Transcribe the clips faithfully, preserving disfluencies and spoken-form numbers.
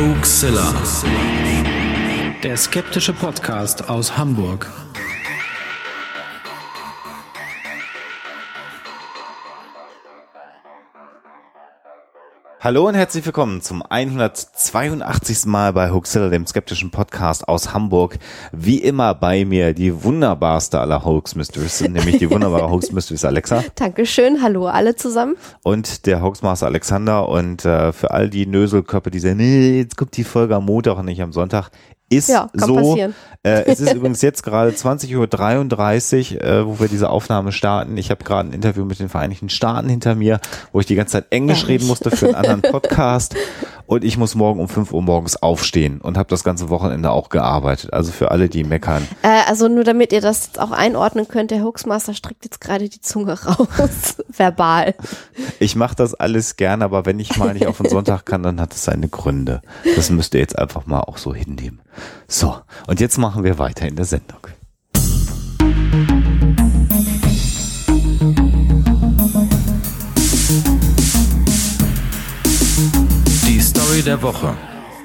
Hoaxilla, der skeptische Podcast aus Hamburg. Hallo und herzlich willkommen zum hundertzweiundachtzigsten Mal bei Hoaxilla, dem skeptischen Podcast aus Hamburg. Wie immer bei mir die wunderbarste aller Hoax-Mistress, nämlich die wunderbare Hoax-Mistress Alexa. Dankeschön, hallo alle zusammen. Und der Hoaxmaster Alexander. Und äh, für all die Nöselköpfe, die sagen, nee, jetzt kommt die Folge am Montag und nicht am Sonntag, ist ja, kann so. Passieren. Äh, es ist übrigens jetzt gerade zwanzig Uhr dreiunddreißig, äh, wo wir diese Aufnahme starten. Ich habe gerade ein Interview mit den Vereinigten Staaten hinter mir, wo ich die ganze Zeit Englisch reden musste für einen anderen Podcast. Und ich muss morgen um fünf Uhr morgens aufstehen und habe das ganze Wochenende auch gearbeitet. Also für alle, die meckern. Äh, also nur damit ihr das jetzt auch einordnen könnt, der Hoaxmaster streckt jetzt gerade die Zunge raus, verbal. Ich mache das alles gern, aber wenn ich mal nicht auf den Sonntag kann, dann hat es seine Gründe. Das müsst ihr jetzt einfach mal auch so hinnehmen. So, und jetzt machen wir weiter in der Sendung. Die Story der Woche.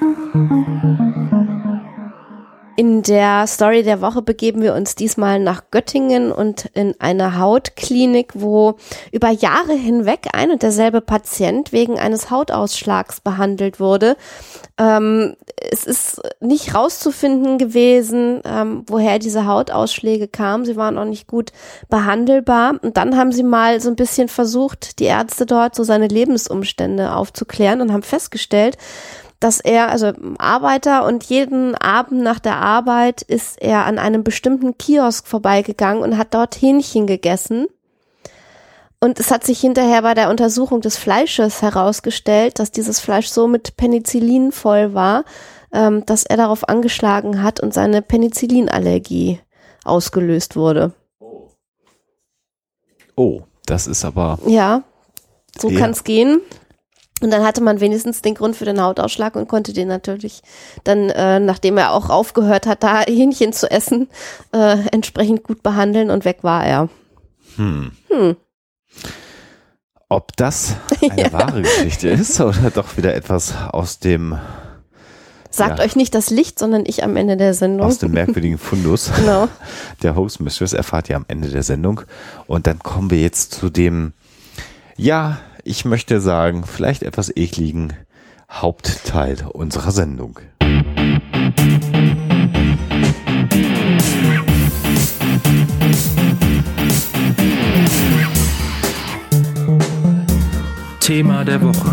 In der Story der Woche begeben wir uns diesmal nach Göttingen und in eine Hautklinik, wo über Jahre hinweg ein und derselbe Patient wegen eines Hautausschlags behandelt wurde. Ähm, es ist nicht rauszufinden gewesen, ähm, woher diese Hautausschläge kamen. Sie waren auch nicht gut behandelbar. Und dann haben sie mal so ein bisschen versucht, die Ärzte dort so seine Lebensumstände aufzuklären und haben festgestellt, dass er, also Arbeiter, und jeden Abend nach der Arbeit ist er an einem bestimmten Kiosk vorbeigegangen und hat dort Hähnchen gegessen. Und es hat sich hinterher bei der Untersuchung des Fleisches herausgestellt, dass dieses Fleisch so mit Penicillin voll war, ähm, dass er darauf angeschlagen hat und seine Penicillinallergie ausgelöst wurde. Oh, oh das ist aber... Ja, so ja. kann es gehen. Und dann hatte man wenigstens den Grund für den Hautausschlag und konnte den natürlich dann, äh, nachdem er auch aufgehört hat, da Hähnchen zu essen, äh, entsprechend gut behandeln, und weg war er. Hm. Hm. Ob das eine Ja. wahre Geschichte ist oder doch wieder etwas aus dem... Sagt ja, euch nicht das Licht, sondern ich am Ende der Sendung. aus dem merkwürdigen Fundus. Genau. Der Host Mistress erfahrt ihr am Ende der Sendung. Und dann kommen wir jetzt zu dem, ja, ich möchte sagen, vielleicht etwas ekligen Hauptteil unserer Sendung. Thema der Woche.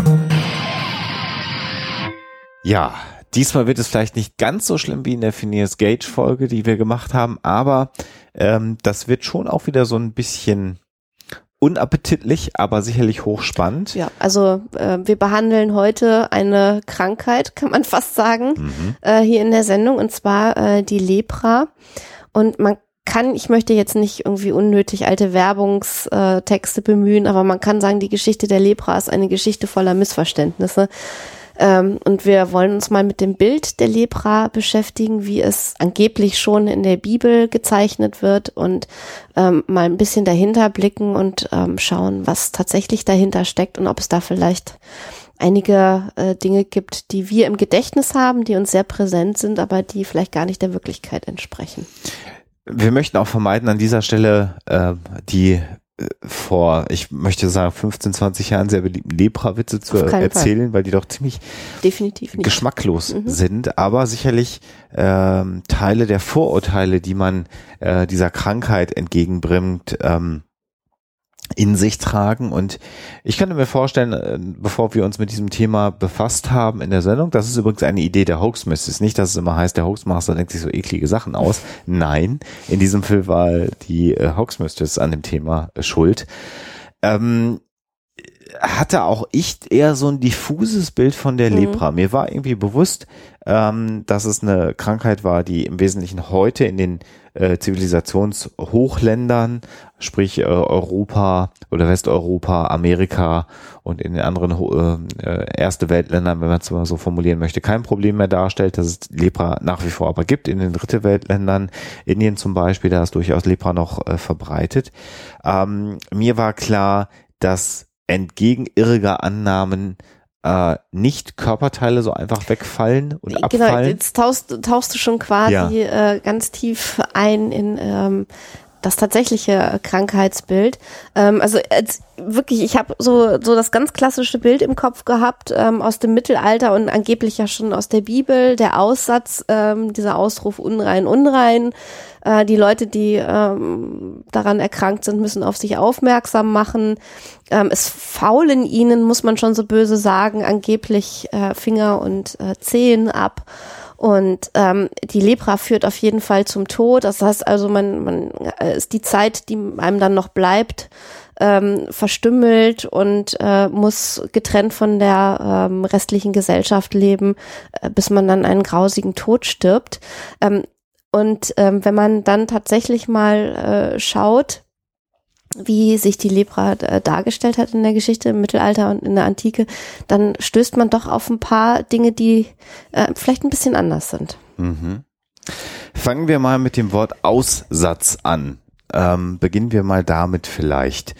Ja, diesmal wird es vielleicht nicht ganz so schlimm wie in der Phineas Gage Folge, die wir gemacht haben, aber ähm, das wird schon auch wieder so ein bisschen unappetitlich, aber sicherlich hochspannend. Ja, also äh, wir behandeln heute eine Krankheit, kann man fast sagen, Mhm. äh, hier in der Sendung, und zwar äh, die Lepra. Und man kann, ich möchte jetzt nicht irgendwie unnötig alte Werbungstexte bemühen, aber man kann sagen, die Geschichte der Lepra ist eine Geschichte voller Missverständnisse. Ähm, und wir wollen uns mal mit dem Bild der Lepra beschäftigen, wie es angeblich schon in der Bibel gezeichnet wird, und ähm, mal ein bisschen dahinter blicken und ähm, schauen, was tatsächlich dahinter steckt und ob es da vielleicht einige äh, Dinge gibt, die wir im Gedächtnis haben, die uns sehr präsent sind, aber die vielleicht gar nicht der Wirklichkeit entsprechen. Wir möchten auch vermeiden, an dieser Stelle äh, die äh, vor, ich möchte sagen, fünfzehn, zwanzig Jahren sehr beliebten Lepra-Witze zu Auf keinen erzählen, weil die doch ziemlich Definitiv nicht. geschmacklos Mhm. sind, aber sicherlich ähm, Teile der Vorurteile, die man äh, dieser Krankheit entgegenbringt, ähm, in sich tragen. Und ich könnte mir vorstellen, äh, bevor wir uns mit diesem Thema befasst haben in der Sendung, das ist übrigens eine Idee der Hoaxmistress, nicht, dass es immer heißt, der Hoaxmaster denkt sich so eklige Sachen aus. Nein, in diesem Fall war die äh, Hoaxmistress an dem Thema äh, schuld. Ähm, hatte auch ich eher so ein diffuses Bild von der Mhm. Lepra. Mir war irgendwie bewusst, ähm, dass es eine Krankheit war, die im Wesentlichen heute in den äh, Zivilisationshochländern, sprich äh, Europa oder Westeuropa, Amerika und in den anderen äh, erste Weltländern, wenn man es mal so formulieren möchte, kein Problem mehr darstellt, dass es Lepra nach wie vor aber gibt. In den dritte Weltländern, Indien zum Beispiel, da ist durchaus Lepra noch äh, verbreitet. Ähm, mir war klar, dass entgegen irriger Annahmen äh, nicht Körperteile so einfach wegfallen und genau, abfallen. Genau, jetzt tauchst, tauchst du schon quasi ja. äh, ganz tief ein in ähm, das tatsächliche Krankheitsbild. Ähm, also als, wirklich, ich habe so so das ganz klassische Bild im Kopf gehabt ähm, aus dem Mittelalter und angeblich ja schon aus der Bibel, der Aussatz, ähm, dieser Ausruf unrein, unrein. Äh, die Leute, die ähm, daran erkrankt sind, müssen auf sich aufmerksam machen. Ähm, es faulen ihnen, muss man schon so böse sagen, angeblich äh, Finger und äh, Zehen ab. Und ähm, die Lepra führt auf jeden Fall zum Tod. Das heißt also, man, man äh, ist die Zeit, die einem dann noch bleibt, ähm, verstümmelt und äh, muss getrennt von der ähm, restlichen Gesellschaft leben, äh, bis man dann einen grausigen Tod stirbt. Ähm, und ähm, wenn man dann tatsächlich mal äh, schaut, wie sich die Lepra äh, dargestellt hat in der Geschichte im Mittelalter und in der Antike, dann stößt man doch auf ein paar Dinge, die äh, vielleicht ein bisschen anders sind. Mhm. Fangen wir mal mit dem Wort Aussatz an. Ähm, beginnen wir mal damit vielleicht.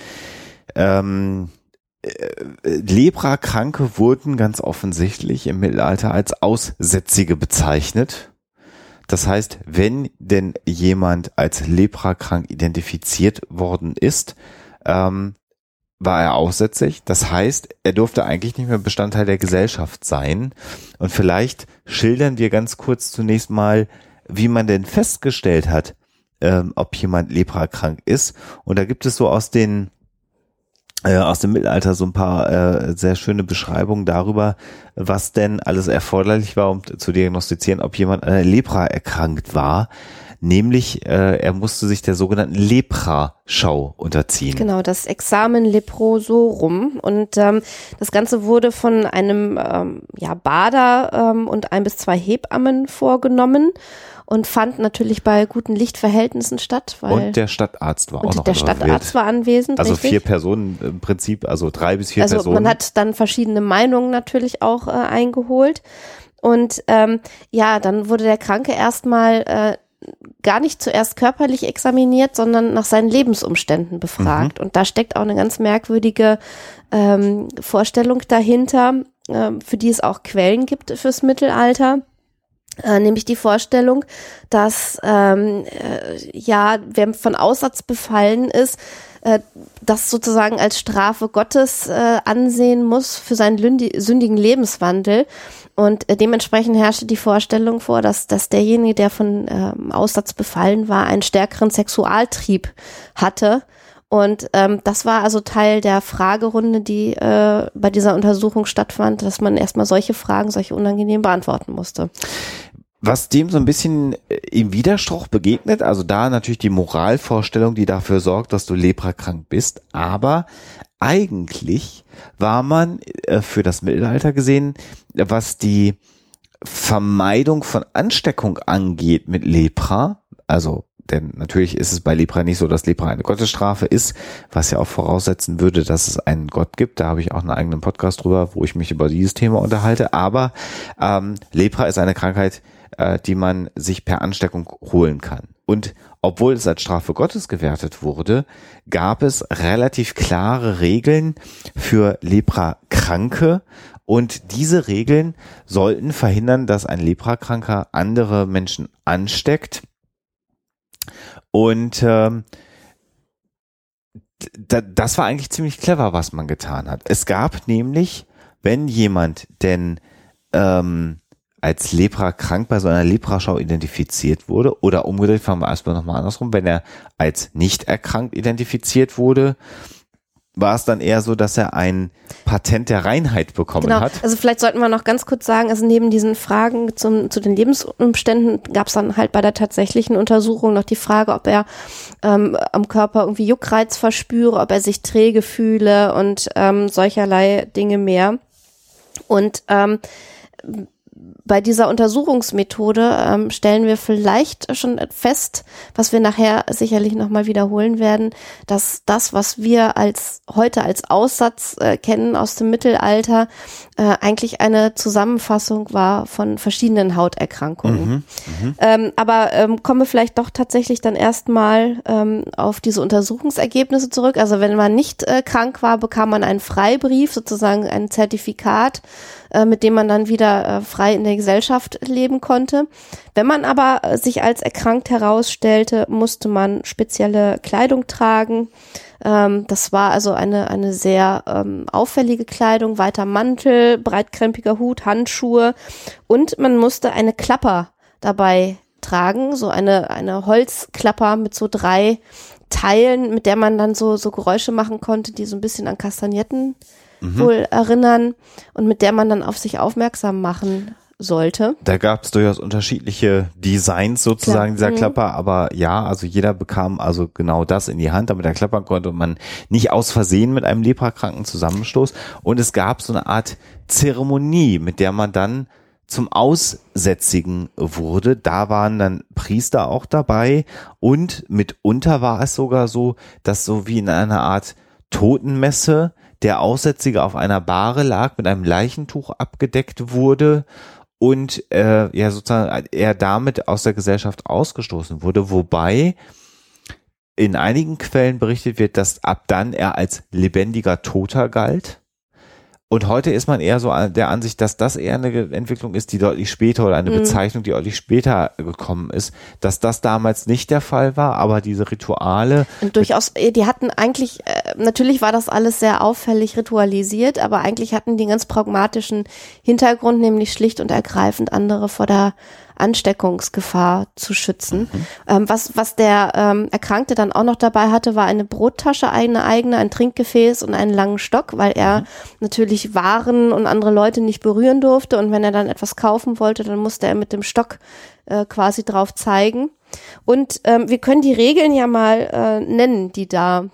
Ähm, äh, Leprakranke wurden ganz offensichtlich im Mittelalter als Aussätzige bezeichnet. Das heißt, wenn denn jemand als leprakrank identifiziert worden ist, ähm, war er aussätzig. Das heißt, er durfte eigentlich nicht mehr Bestandteil der Gesellschaft sein. Und vielleicht schildern wir ganz kurz zunächst mal, wie man denn festgestellt hat, ähm, ob jemand leprakrank ist. Und da gibt es so aus den Äh, aus dem Mittelalter so ein paar äh, sehr schöne Beschreibungen darüber, was denn alles erforderlich war, um zu diagnostizieren, ob jemand an der Lepra erkrankt war. Nämlich, äh, er musste sich der sogenannten Lepra-Schau unterziehen. Genau, das Examen Leprosorum. Und ähm, das Ganze wurde von einem ähm, ja, Bader ähm, und ein bis zwei Hebammen vorgenommen. Und fand natürlich bei guten Lichtverhältnissen statt. Weil und der Stadtarzt war auch noch Und der Stadtarzt war anwesend, Also richtig? vier Personen im Prinzip, also drei bis vier also Personen. Also man hat dann verschiedene Meinungen natürlich auch äh, eingeholt. Und ähm, ja, dann wurde der Kranke erstmal äh, gar nicht zuerst körperlich examiniert, sondern nach seinen Lebensumständen befragt. Mhm. Und da steckt auch eine ganz merkwürdige ähm, Vorstellung dahinter, äh, für die es auch Quellen gibt fürs Mittelalter. Äh, nämlich die Vorstellung, dass ähm, äh, ja, wer von Aussatz befallen ist, äh, das sozusagen als Strafe Gottes äh, ansehen muss für seinen lündi- sündigen Lebenswandel. Und äh, dementsprechend herrschte die Vorstellung vor, dass, dass derjenige, der von ähm, Aussatz befallen war, einen stärkeren Sexualtrieb hatte. Und ähm, das war also Teil der Fragerunde, die äh, bei dieser Untersuchung stattfand, dass man erstmal solche Fragen, solche unangenehm beantworten musste. Was dem so ein bisschen im Widerspruch begegnet, also da natürlich die Moralvorstellung, die dafür sorgt, dass du leprakrank bist, aber eigentlich war man äh, für das Mittelalter gesehen, was die Vermeidung von Ansteckung angeht mit Lepra, also denn natürlich ist es bei Lepra nicht so, dass Lepra eine Gottesstrafe ist, was ja auch voraussetzen würde, dass es einen Gott gibt. Da habe ich auch einen eigenen Podcast drüber, wo ich mich über dieses Thema unterhalte. Aber ähm, Lepra ist eine Krankheit, äh, die man sich per Ansteckung holen kann. Und obwohl es als Strafe Gottes gewertet wurde, gab es relativ klare Regeln für Leprakranke. Und diese Regeln sollten verhindern, dass ein Leprakranker andere Menschen ansteckt. Und ähm, d- das war eigentlich ziemlich clever, was man getan hat. Es gab nämlich, wenn jemand denn ähm, als leprakrank bei so einer Lepraschau identifiziert wurde, oder umgedreht, fangen wir erstmal nochmal andersrum, wenn er als nicht erkrankt identifiziert wurde, war es dann eher so, dass er ein Patent der Reinheit bekommen genau. hat. Also vielleicht sollten wir noch ganz kurz sagen, also neben diesen Fragen zum, zu den Lebensumständen gab es dann halt bei der tatsächlichen Untersuchung noch die Frage, ob er ähm, am Körper irgendwie Juckreiz verspüre, ob er sich träge fühle und ähm, solcherlei Dinge mehr. Und ähm, bei dieser Untersuchungsmethode ähm, stellen wir vielleicht schon fest, was wir nachher sicherlich nochmal wiederholen werden, dass das, was wir als heute als Aussatz äh, kennen aus dem Mittelalter, äh, eigentlich eine Zusammenfassung war von verschiedenen Hauterkrankungen. Mhm, mh. ähm, aber ähm, kommen wir vielleicht doch tatsächlich dann erstmal ähm, auf diese Untersuchungsergebnisse zurück. Also wenn man nicht äh, krank war, bekam man einen Freibrief, sozusagen ein Zertifikat, äh, mit dem man dann wieder äh, frei in der Gesellschaft leben konnte. Wenn man aber äh, sich als erkrankt herausstellte, musste man spezielle Kleidung tragen. Ähm, das war also eine eine sehr ähm, auffällige Kleidung, weiter Mantel, breitkrempiger Hut, Handschuhe und man musste eine Klapper dabei tragen, so eine eine Holzklapper mit so drei Teilen, mit der man dann so so Geräusche machen konnte, die so ein bisschen an Kastagnetten mhm. wohl erinnern und mit der man dann auf sich aufmerksam machen sollte. Da gab es durchaus unterschiedliche Designs sozusagen Klar. dieser mhm. Klapper, aber ja, also jeder bekam also genau das in die Hand, damit er klappern konnte und man nicht aus Versehen mit einem Leprakranken zusammenstoß. Und es gab so eine Art Zeremonie, mit der man dann zum Aussätzigen wurde. Da waren dann Priester auch dabei und mitunter war es sogar so, dass so wie in einer Art Totenmesse der Aussätzige auf einer Bahre lag, mit einem Leichentuch abgedeckt wurde und äh, ja sozusagen er damit aus der Gesellschaft ausgestoßen wurde, wobei in einigen Quellen berichtet wird, dass ab dann er als lebendiger Toter galt. Und heute ist man eher so der Ansicht, dass das eher eine Entwicklung ist, die deutlich später oder eine mhm. Bezeichnung, die deutlich später gekommen ist, dass das damals nicht der Fall war, aber diese Rituale. Und durchaus, die hatten eigentlich, natürlich war das alles sehr auffällig ritualisiert, aber eigentlich hatten die einen ganz pragmatischen Hintergrund, nämlich schlicht und ergreifend andere vor der Ansteckungsgefahr zu schützen. Mhm. Ähm, was, was der ähm, Erkrankte dann auch noch dabei hatte, war eine Brottasche, eine eigene, ein Trinkgefäß und einen langen Stock, weil er mhm. natürlich Waren und andere Leute nicht berühren durfte und wenn er dann etwas kaufen wollte, dann musste er mit dem Stock äh, quasi drauf zeigen. Und ähm, wir können die Regeln ja mal äh, nennen, die da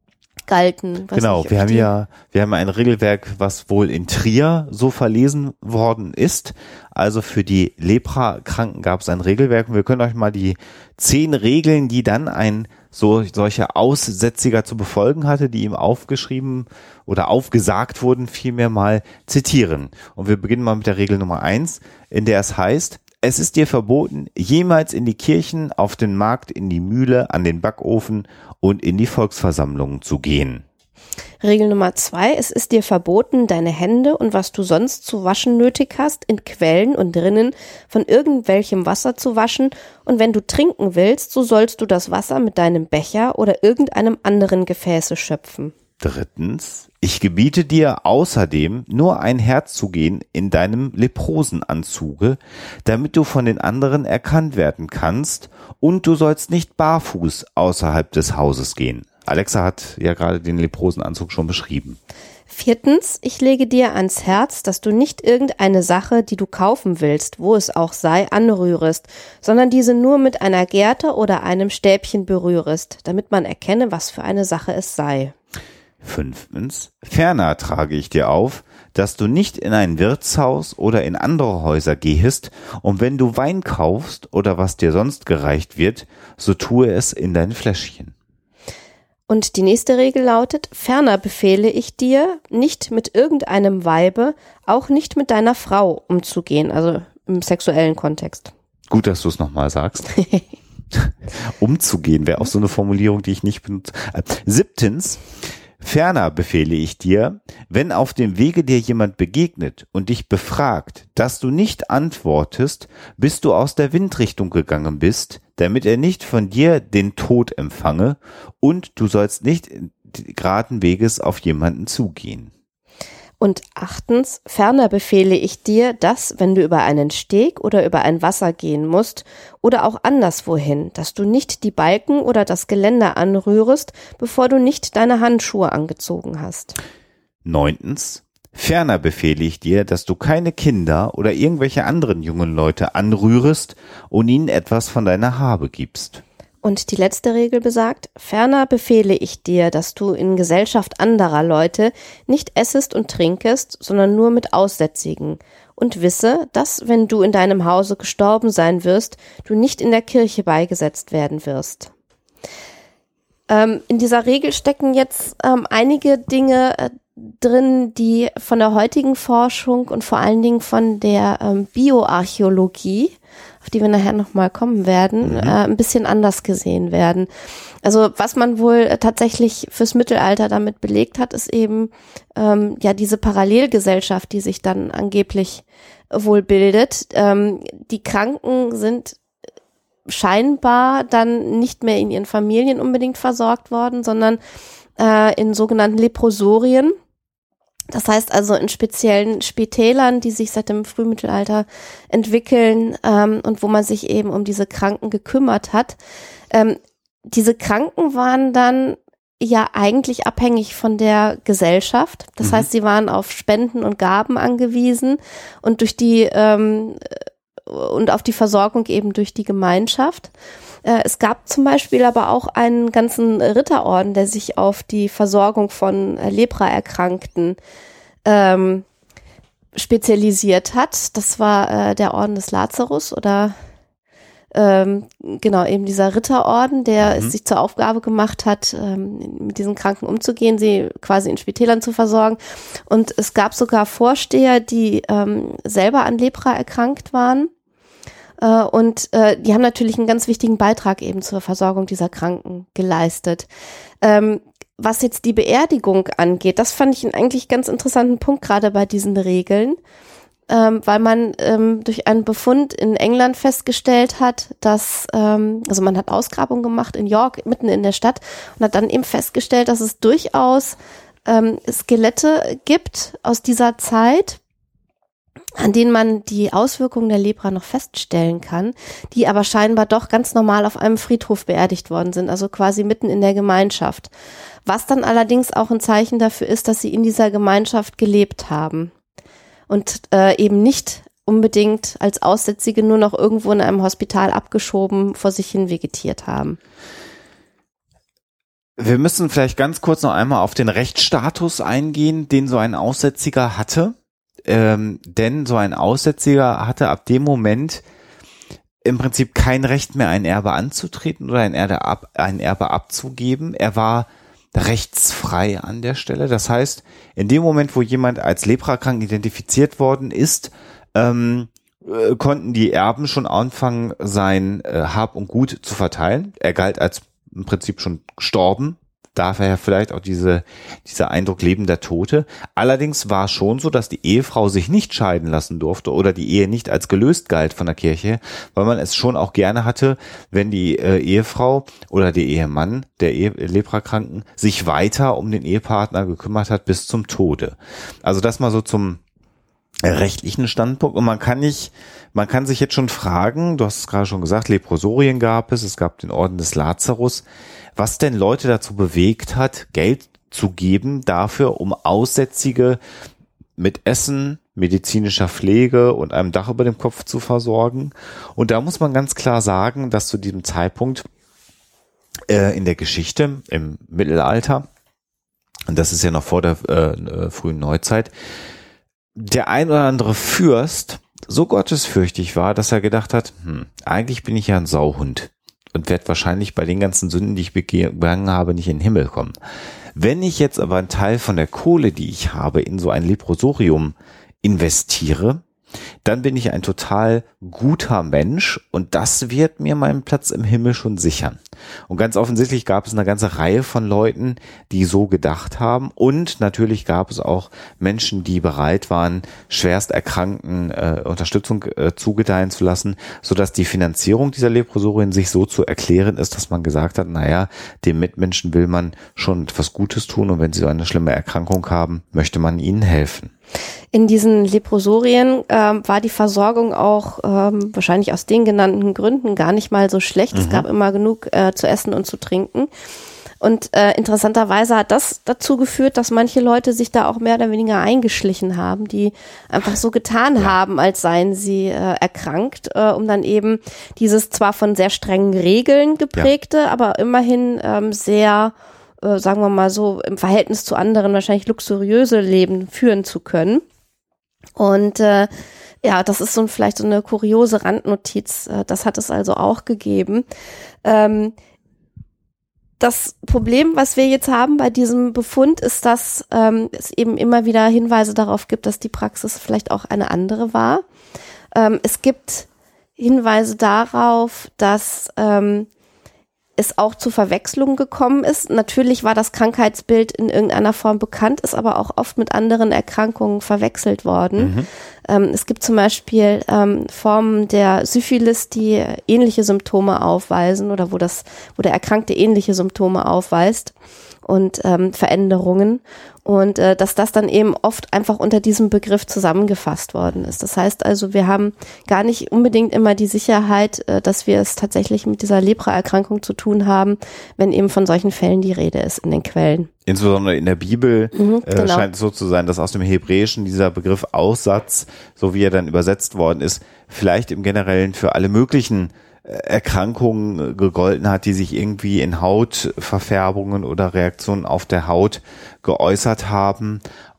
galten. Genau, wir haben ja, wir haben ein Regelwerk, was wohl in Trier so verlesen worden ist. Also für die Leprakranken gab es ein Regelwerk und wir können euch mal die zehn Regeln, die dann ein so solcher Aussätziger zu befolgen hatte, die ihm aufgeschrieben oder aufgesagt wurden, vielmehr mal zitieren. Und wir beginnen mal mit der Regel Nummer eins, in der es heißt: Es ist dir verboten, jemals in die Kirchen, auf den Markt, in die Mühle, an den Backofen und in die Volksversammlungen zu gehen. Regel Nummer zwei, es ist dir verboten, deine Hände und was du sonst zu waschen nötig hast, in Quellen und Rinnen von irgendwelchem Wasser zu waschen und wenn du trinken willst, so sollst du das Wasser mit deinem Becher oder irgendeinem anderen Gefäße schöpfen. Drittens, ich gebiete dir außerdem, nur einherzugehen in deinem Leprosenanzuge, damit du von den anderen erkannt werden kannst und du sollst nicht barfuß außerhalb des Hauses gehen. Alexa hat ja gerade den Leprosenanzug schon beschrieben. Viertens, ich lege dir ans Herz, dass du nicht irgendeine Sache, die du kaufen willst, wo es auch sei, anrührest, sondern diese nur mit einer Gerte oder einem Stäbchen berührest, damit man erkenne, was für eine Sache es sei. Fünftens, ferner trage ich dir auf, dass du nicht in ein Wirtshaus oder in andere Häuser gehst, und wenn du Wein kaufst oder was dir sonst gereicht wird, so tue es in dein Fläschchen. Und die nächste Regel lautet, ferner befehle ich dir, nicht mit irgendeinem Weibe, auch nicht mit deiner Frau umzugehen, also im sexuellen Kontext. Gut, dass du es nochmal sagst. Umzugehen wäre auch so eine Formulierung, die ich nicht benutze. Siebtens, ferner befehle ich dir, wenn auf dem Wege dir jemand begegnet und dich befragt, dass du nicht antwortest, bis du aus der Windrichtung gegangen bist, damit er nicht von dir den Tod empfange, und du sollst nicht geraden Weges auf jemanden zugehen. Und achtens, ferner befehle ich dir, dass, wenn du über einen Steg oder über ein Wasser gehen musst oder auch anderswohin, dass du nicht die Balken oder das Geländer anrührest, bevor du nicht deine Handschuhe angezogen hast. Neuntens, ferner befehle ich dir, dass du keine Kinder oder irgendwelche anderen jungen Leute anrührest und ihnen etwas von deiner Habe gibst. Und die letzte Regel besagt, ferner befehle ich dir, dass du in Gesellschaft anderer Leute nicht essest und trinkest, sondern nur mit Aussätzigen und wisse, dass, wenn du in deinem Hause gestorben sein wirst, du nicht in der Kirche beigesetzt werden wirst. Ähm, in dieser Regel stecken jetzt ähm, einige Dinge äh, drin, die von der heutigen Forschung und vor allen Dingen von der ähm, Bioarchäologie, auf die wir nachher nochmal kommen werden, mhm. äh, ein bisschen anders gesehen werden. Also was man wohl äh, tatsächlich fürs Mittelalter damit belegt hat, ist eben ähm, ja diese Parallelgesellschaft, die sich dann angeblich wohl bildet. Ähm, die Kranken sind scheinbar dann nicht mehr in ihren Familien unbedingt versorgt worden, sondern äh, in sogenannten Leprosorien. Das heißt also in speziellen Spitälern, die sich seit dem Frühmittelalter entwickeln ähm, und wo man sich eben um diese Kranken gekümmert hat. Ähm, diese Kranken waren dann ja eigentlich abhängig von der Gesellschaft. Das mhm. heißt, sie waren auf Spenden und Gaben angewiesen und durch die ähm, und auf die Versorgung eben durch die Gemeinschaft. Äh, es gab zum Beispiel aber auch einen ganzen Ritterorden, der sich auf die Versorgung von äh, Lepra-Erkrankten ähm, spezialisiert hat. Das war äh, der Orden des Lazarus oder ähm, genau eben dieser Ritterorden, der mhm. es sich zur Aufgabe gemacht hat, ähm, mit diesen Kranken umzugehen, sie quasi in Spitälern zu versorgen. Und es gab sogar Vorsteher, die ähm, selber an Lepra erkrankt waren. Und äh, die haben natürlich einen ganz wichtigen Beitrag eben zur Versorgung dieser Kranken geleistet. Ähm, was jetzt die Beerdigung angeht, das fand ich einen eigentlich ganz interessanten Punkt, gerade bei diesen Regeln, ähm, weil man ähm, durch einen Befund in England festgestellt hat, dass, ähm, also man hat Ausgrabungen gemacht in York, mitten in der Stadt, und hat dann eben festgestellt, dass es durchaus ähm, Skelette gibt aus dieser Zeit, an denen man die Auswirkungen der Lepra noch feststellen kann, die aber scheinbar doch ganz normal auf einem Friedhof beerdigt worden sind, also quasi mitten in der Gemeinschaft. Was dann allerdings auch ein Zeichen dafür ist, dass sie in dieser Gemeinschaft gelebt haben und äh, eben nicht unbedingt als Aussätzige nur noch irgendwo in einem Hospital abgeschoben vor sich hin vegetiert haben. Wir müssen vielleicht ganz kurz noch einmal auf den Rechtsstatus eingehen, den so ein Aussätziger hatte. Ähm, denn so ein Aussätziger hatte ab dem Moment im Prinzip kein Recht mehr, ein Erbe anzutreten oder ein Erbe, ab, ein Erbe abzugeben. Er war rechtsfrei an der Stelle. Das heißt, in dem Moment, wo jemand als leprakrank identifiziert worden ist, ähm, äh, konnten die Erben schon anfangen, sein äh, Hab und Gut zu verteilen. Er galt als im Prinzip schon gestorben. Daher vielleicht auch diese, dieser Eindruck lebender Tote. Allerdings war es schon so, dass die Ehefrau sich nicht scheiden lassen durfte oder die Ehe nicht als gelöst galt von der Kirche, weil man es schon auch gerne hatte, wenn die äh, Ehefrau oder der Ehemann der Ehe Leprakranken sich weiter um den Ehepartner gekümmert hat bis zum Tode. Also das mal so zum rechtlichen Standpunkt. Und man kann nicht, man kann sich jetzt schon fragen, du hast es gerade schon gesagt, Leprosorien gab es, es gab den Orden des Lazarus, was denn Leute dazu bewegt hat, Geld zu geben dafür, um Aussätzige mit Essen, medizinischer Pflege und einem Dach über dem Kopf zu versorgen. Und da muss man ganz klar sagen, dass zu diesem Zeitpunkt äh, in der Geschichte, im Mittelalter, und das ist ja noch vor der äh, frühen Neuzeit, der ein oder andere Fürst so gottesfürchtig war, dass er gedacht hat, hm, eigentlich bin ich ja ein Sauhund und werde wahrscheinlich bei den ganzen Sünden, die ich begangen habe, nicht in den Himmel kommen. Wenn ich jetzt aber einen Teil von der Kohle, die ich habe, in so ein Leprosorium investiere, dann bin ich ein total guter Mensch und das wird mir meinen Platz im Himmel schon sichern. Und ganz offensichtlich gab es eine ganze Reihe von Leuten, die so gedacht haben, und natürlich gab es auch Menschen, die bereit waren, schwerst Erkrankten äh, Unterstützung äh, zugedeihen zu lassen, sodass die Finanzierung dieser Leprosorien sich so zu erklären ist, dass man gesagt hat, naja, dem Mitmenschen will man schon etwas Gutes tun und wenn sie so eine schlimme Erkrankung haben, möchte man ihnen helfen. In diesen Leprosorien ähm, war die Versorgung auch ähm, wahrscheinlich aus den genannten Gründen gar nicht mal so schlecht. Mhm. Es gab immer genug äh, zu essen und zu trinken. Und äh, interessanterweise hat das dazu geführt, dass manche Leute sich da auch mehr oder weniger eingeschlichen haben, die einfach so getan ja. haben, als seien sie äh, erkrankt, äh, um dann eben dieses zwar von sehr strengen Regeln geprägte, ja. aber immerhin ähm, sehr sagen wir mal so, im Verhältnis zu anderen wahrscheinlich luxuriöse Leben führen zu können. Und äh, ja, das ist so vielleicht so eine kuriose Randnotiz. Äh, das hat es also auch gegeben. Ähm, Das Problem, was wir jetzt haben bei diesem Befund, ist, dass ähm, es eben immer wieder Hinweise darauf gibt, dass die Praxis vielleicht auch eine andere war. Ähm, es gibt Hinweise darauf, dass ähm, es auch zu Verwechslungen gekommen ist. Natürlich war das Krankheitsbild in irgendeiner Form bekannt, ist aber auch oft mit anderen Erkrankungen verwechselt worden. Mhm. Ähm, es gibt zum Beispiel ähm, Formen der Syphilis, die ähnliche Symptome aufweisen oder wo das, wo der Erkrankte ähnliche Symptome aufweist und ähm, Veränderungen. Und äh, dass das dann eben oft einfach unter diesem Begriff zusammengefasst worden ist. Das heißt also, wir haben gar nicht unbedingt immer die Sicherheit, äh, dass wir es tatsächlich mit dieser Lepra-Erkrankung zu tun haben, wenn eben von solchen Fällen die Rede ist in den Quellen. Insbesondere in der Bibel mhm, äh, genau. scheint es so zu sein, dass aus dem Hebräischen dieser Begriff Aussatz, so wie er dann übersetzt worden ist, vielleicht im Generellen für alle möglichen Erkrankungen gegolten hat, die sich irgendwie in Hautverfärbungen oder Reaktionen auf der Haut geäußert haben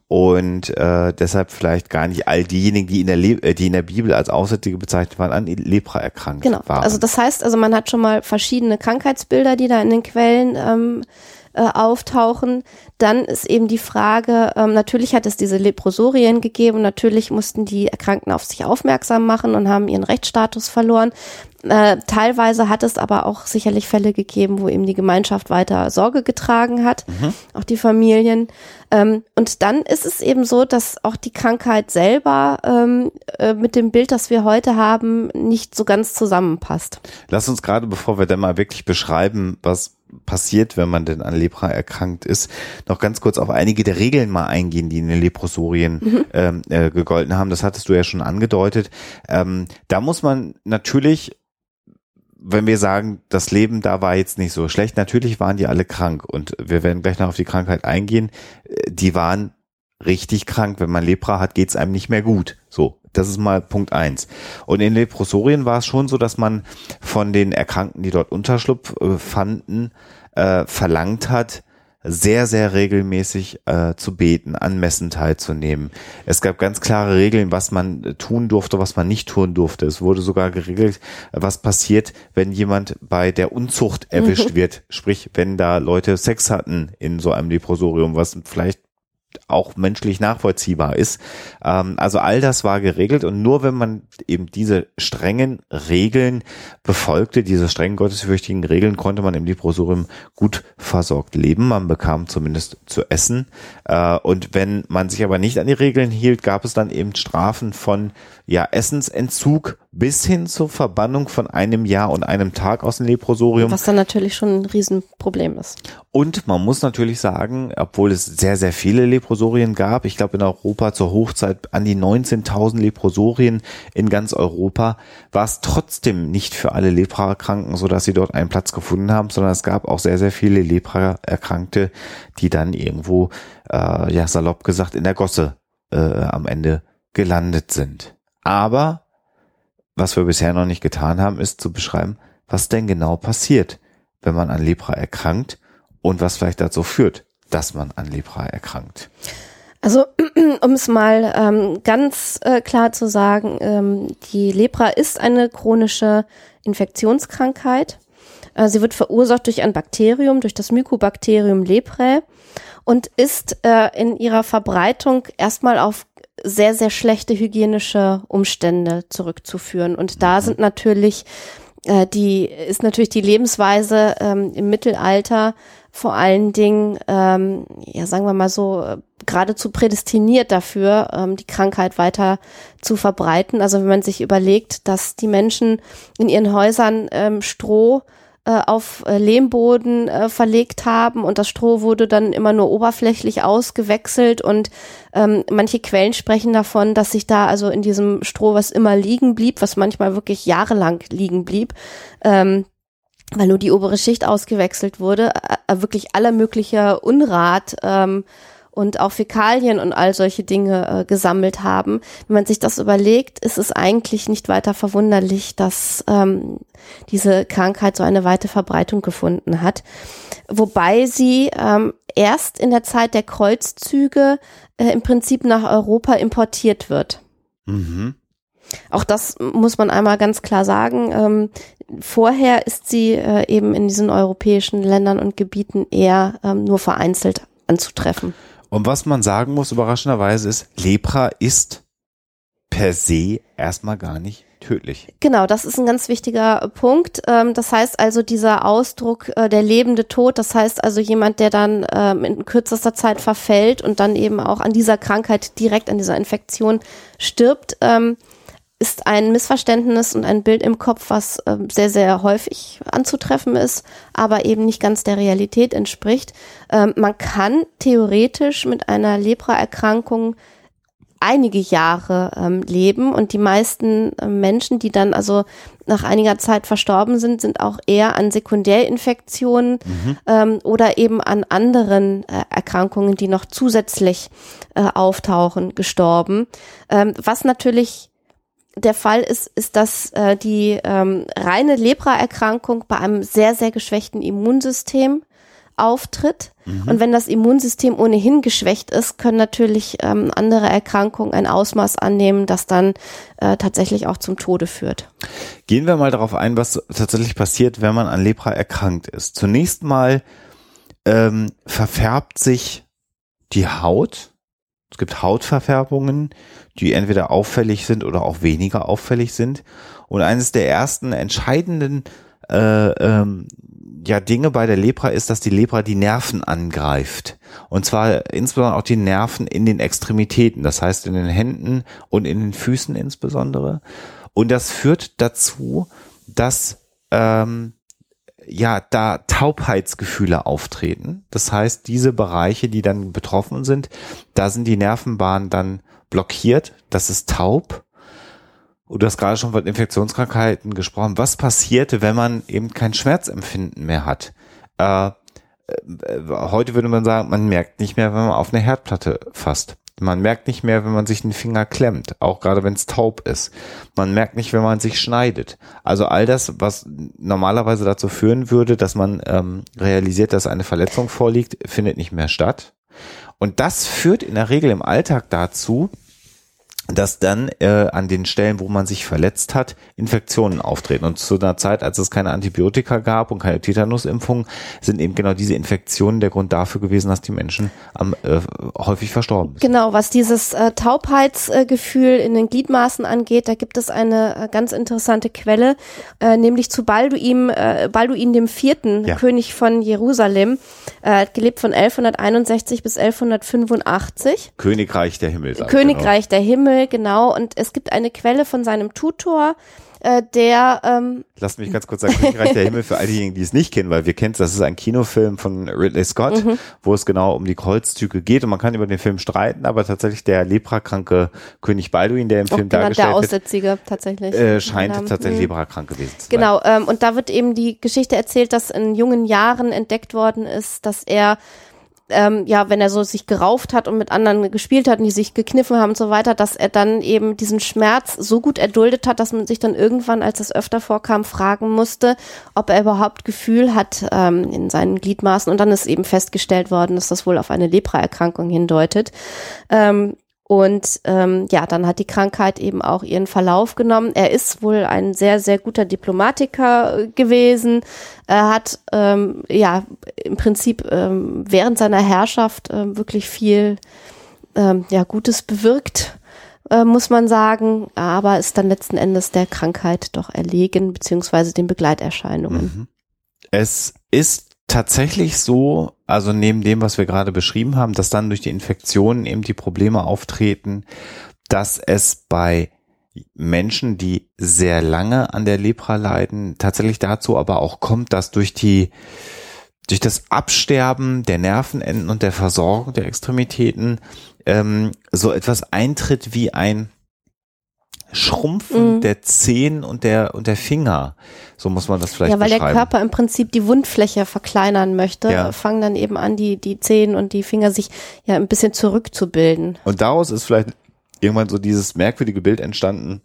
und äh, deshalb vielleicht gar nicht all diejenigen, die in der Le- die in der Bibel als Aussätzige bezeichnet waren, an Lepra erkrankt genau. waren. Also das heißt, also man hat schon mal verschiedene Krankheitsbilder, die da in den Quellen ähm, äh, auftauchen. Dann ist eben die Frage, ähm, natürlich hat es diese Leprosorien gegeben, natürlich mussten die Erkrankten auf sich aufmerksam machen und haben ihren Rechtsstatus verloren. Äh, teilweise hat es aber auch sicherlich Fälle gegeben, wo eben die Gemeinschaft weiter Sorge getragen hat, mhm. auch die Familien. Ähm, und dann ist es eben so, dass auch die Krankheit selber ähm, äh, mit dem Bild, das wir heute haben, nicht so ganz zusammenpasst. Lass uns gerade, bevor wir dann mal wirklich beschreiben, was passiert, wenn man denn an Lepra erkrankt ist, noch ganz kurz auf einige der Regeln mal eingehen, die in den Leprosorien mhm. ähm, äh, gegolten haben. Das hattest du ja schon angedeutet. Ähm, da muss man natürlich, wenn wir sagen, das Leben da war jetzt nicht so schlecht, natürlich waren die alle krank und wir werden gleich noch auf die Krankheit eingehen. Die waren richtig krank. Wenn man Lepra hat, geht's einem nicht mehr gut. So, das ist mal Punkt eins. Und in Leprosorien war es schon so, dass man von den Erkrankten, die dort Unterschlupf äh, fanden, äh, verlangt hat, sehr, sehr regelmäßig äh, zu beten, an Messen teilzunehmen. Es gab ganz klare Regeln, was man tun durfte, was man nicht tun durfte. Es wurde sogar geregelt, was passiert, wenn jemand bei der Unzucht erwischt mhm. wird. Sprich, wenn da Leute Sex hatten in so einem Leprosorium, was vielleicht auch menschlich nachvollziehbar ist. Ähm, also all das war geregelt und nur wenn man eben diese strengen Regeln befolgte, diese strengen gottesfürchtigen Regeln, konnte man im Leprosorium gut versorgt leben. Man bekam zumindest zu essen. Äh, und wenn man sich aber nicht an die Regeln hielt, gab es dann eben Strafen von ja Essensentzug bis hin zur Verbannung von einem Jahr und einem Tag aus dem Leprosorium. Was dann natürlich schon ein Riesenproblem ist. Und man muss natürlich sagen, obwohl es sehr, sehr viele Leprosorien gab, ich glaube in Europa zur Hochzeit an die neunzehntausend Leprosorien in ganz Europa, war es trotzdem nicht für alle Lepra-Erkrankten so, dass sie dort einen Platz gefunden haben, sondern es gab auch sehr, sehr viele Lepra-Erkrankte, die dann irgendwo, äh, ja salopp gesagt, in der Gosse äh, am Ende gelandet sind. Aber was wir bisher noch nicht getan haben, ist zu beschreiben, was denn genau passiert, wenn man an Lepra erkrankt und was vielleicht dazu führt, dass man an Lepra erkrankt. Also um es mal ähm, ganz äh, klar zu sagen, ähm, die Lepra ist eine chronische Infektionskrankheit. Äh, sie wird verursacht durch ein Bakterium, durch das Mycobacterium leprae und ist äh, in ihrer Verbreitung erstmal auf sehr, sehr schlechte hygienische Umstände zurückzuführen. Und da sind natürlich äh, die, ist natürlich die Lebensweise ähm, im Mittelalter vor allen Dingen, ähm, ja, sagen wir mal so, äh, geradezu prädestiniert dafür, ähm, die Krankheit weiter zu verbreiten. Also wenn man sich überlegt, dass die Menschen in ihren Häusern ähm, Stroh auf Lehmboden äh, verlegt haben und das Stroh wurde dann immer nur oberflächlich ausgewechselt und ähm, manche Quellen sprechen davon, dass sich da also in diesem Stroh was immer liegen blieb, was manchmal wirklich jahrelang liegen blieb, ähm, weil nur die obere Schicht ausgewechselt wurde, äh, wirklich aller möglicher Unrat ähm, und auch Fäkalien und all solche Dinge äh, gesammelt haben. Wenn man sich das überlegt, ist es eigentlich nicht weiter verwunderlich, dass ähm, diese Krankheit so eine weite Verbreitung gefunden hat. Wobei sie ähm, erst in der Zeit der Kreuzzüge äh, im Prinzip nach Europa importiert wird. Mhm. Auch das muss man einmal ganz klar sagen. Ähm, vorher ist sie äh, eben in diesen europäischen Ländern und Gebieten eher ähm, nur vereinzelt anzutreffen. Und was man sagen muss, überraschenderweise, ist, Lepra ist per se erstmal gar nicht tödlich. Genau, das ist ein ganz wichtiger Punkt. Ähm, das heißt also, dieser Ausdruck, äh, der lebende Tod, das heißt also jemand, der dann ähm, in kürzester Zeit verfällt und dann eben auch an dieser Krankheit, direkt an dieser Infektion stirbt, ähm, ist ein Missverständnis und ein Bild im Kopf, was äh, sehr, sehr häufig anzutreffen ist, aber eben nicht ganz der Realität entspricht. Ähm, man kann theoretisch mit einer Lepra-Erkrankung einige Jahre ähm, leben und die meisten äh, Menschen, die dann also nach einiger Zeit verstorben sind, sind auch eher an Sekundärinfektionen mhm. ähm, oder eben an anderen äh, Erkrankungen, die noch zusätzlich äh, auftauchen, gestorben. Ähm, was natürlich der Fall ist, ist, dass äh, die ähm, reine Lepra-Erkrankung bei einem sehr, sehr geschwächten Immunsystem auftritt. Mhm. Und wenn das Immunsystem ohnehin geschwächt ist, können natürlich ähm, andere Erkrankungen ein Ausmaß annehmen, das dann äh, tatsächlich auch zum Tode führt. Gehen wir mal darauf ein, was tatsächlich passiert, wenn man an Lepra erkrankt ist. Zunächst mal ähm, verfärbt sich die Haut. Es gibt Hautverfärbungen, die entweder auffällig sind oder auch weniger auffällig sind. Und eines der ersten entscheidenden äh, ähm, ja, Dinge bei der Lepra ist, dass die Lepra die Nerven angreift. Und zwar insbesondere auch die Nerven in den Extremitäten, das heißt in den Händen und in den Füßen insbesondere. Und das führt dazu, dass ähm, ja da Taubheitsgefühle auftreten. Das heißt, diese Bereiche, die dann betroffen sind, da sind die Nervenbahnen dann blockiert. Das ist taub. Und du hast gerade schon von Infektionskrankheiten gesprochen. Was passiert, wenn man eben kein Schmerzempfinden mehr hat? Äh, äh, heute würde man sagen, man merkt nicht mehr, wenn man auf eine Herdplatte fasst. Man merkt nicht mehr, wenn man sich den Finger klemmt, auch gerade wenn es taub ist. Man merkt nicht, wenn man sich schneidet. Also all das, was normalerweise dazu führen würde, dass man ähm, realisiert, dass eine Verletzung vorliegt, findet nicht mehr statt. Und das führt in der Regel im Alltag dazu, dass dann äh, an den Stellen, wo man sich verletzt hat, Infektionen auftreten. Und zu einer Zeit, als es keine Antibiotika gab und keine Tetanusimpfung, sind eben genau diese Infektionen der Grund dafür gewesen, dass die Menschen am, äh, häufig verstorben sind. Genau, was dieses äh, Taubheitsgefühl in den Gliedmaßen angeht, da gibt es eine äh, ganz interessante Quelle, äh, nämlich zu Balduin, äh, Balduin dem Vierten, ja. König von Jerusalem, äh, gelebt von elfhunderteinundsechzig bis elfhundertfünfundachtzig. Königreich der Himmel. Königreich der Himmel. Genau, und es gibt eine Quelle von seinem Tutor, äh, der ähm, Lass mich ganz kurz sagen, Königreich der Himmel für all diejenigen, die es nicht kennen, weil wir kennen es, das ist ein Kinofilm von Ridley Scott, mhm. wo es genau um die Kreuzzüge geht und man kann über den Film streiten, aber tatsächlich der leprakranke König Balduin, der im Film dargestellt der Aussätzige wird, tatsächlich. Äh, scheint ähm, tatsächlich mh. leprakrank gewesen zu sein. Genau, ähm, und da wird eben die Geschichte erzählt, dass in jungen Jahren entdeckt worden ist, dass er Ähm, ja, wenn er so sich gerauft hat und mit anderen gespielt hat und die sich gekniffen haben und so weiter, dass er dann eben diesen Schmerz so gut erduldet hat, dass man sich dann irgendwann, als es öfter vorkam, fragen musste, ob er überhaupt Gefühl hat ähm, in seinen Gliedmaßen. Und dann ist eben festgestellt worden, dass das wohl auf eine Lepra-Erkrankung hindeutet. Ähm, Und ähm, ja, dann hat die Krankheit eben auch ihren Verlauf genommen. Er ist wohl ein sehr, sehr guter Diplomatiker gewesen. Er hat ähm, ja im Prinzip ähm, während seiner Herrschaft ähm, wirklich viel ähm, ja Gutes bewirkt, äh, muss man sagen. Aber ist dann letzten Endes der Krankheit doch erlegen, beziehungsweise den Begleiterscheinungen. Mhm. Es ist tatsächlich so, also neben dem, was wir gerade beschrieben haben, dass dann durch die Infektionen eben die Probleme auftreten, dass es bei Menschen, die sehr lange an der Lepra leiden, tatsächlich dazu aber auch kommt, dass durch die durch das Absterben der Nervenenden und der Versorgung der Extremitäten ähm, so etwas eintritt wie ein Schrumpfen mhm. der Zehen und der und der Finger, so muss man das vielleicht beschreiben. Ja, weil der Körper im Prinzip die Wundfläche verkleinern möchte, ja. fangen dann eben an, die die Zehen und die Finger sich ja ein bisschen zurückzubilden. Und daraus ist vielleicht irgendwann so dieses merkwürdige Bild entstanden,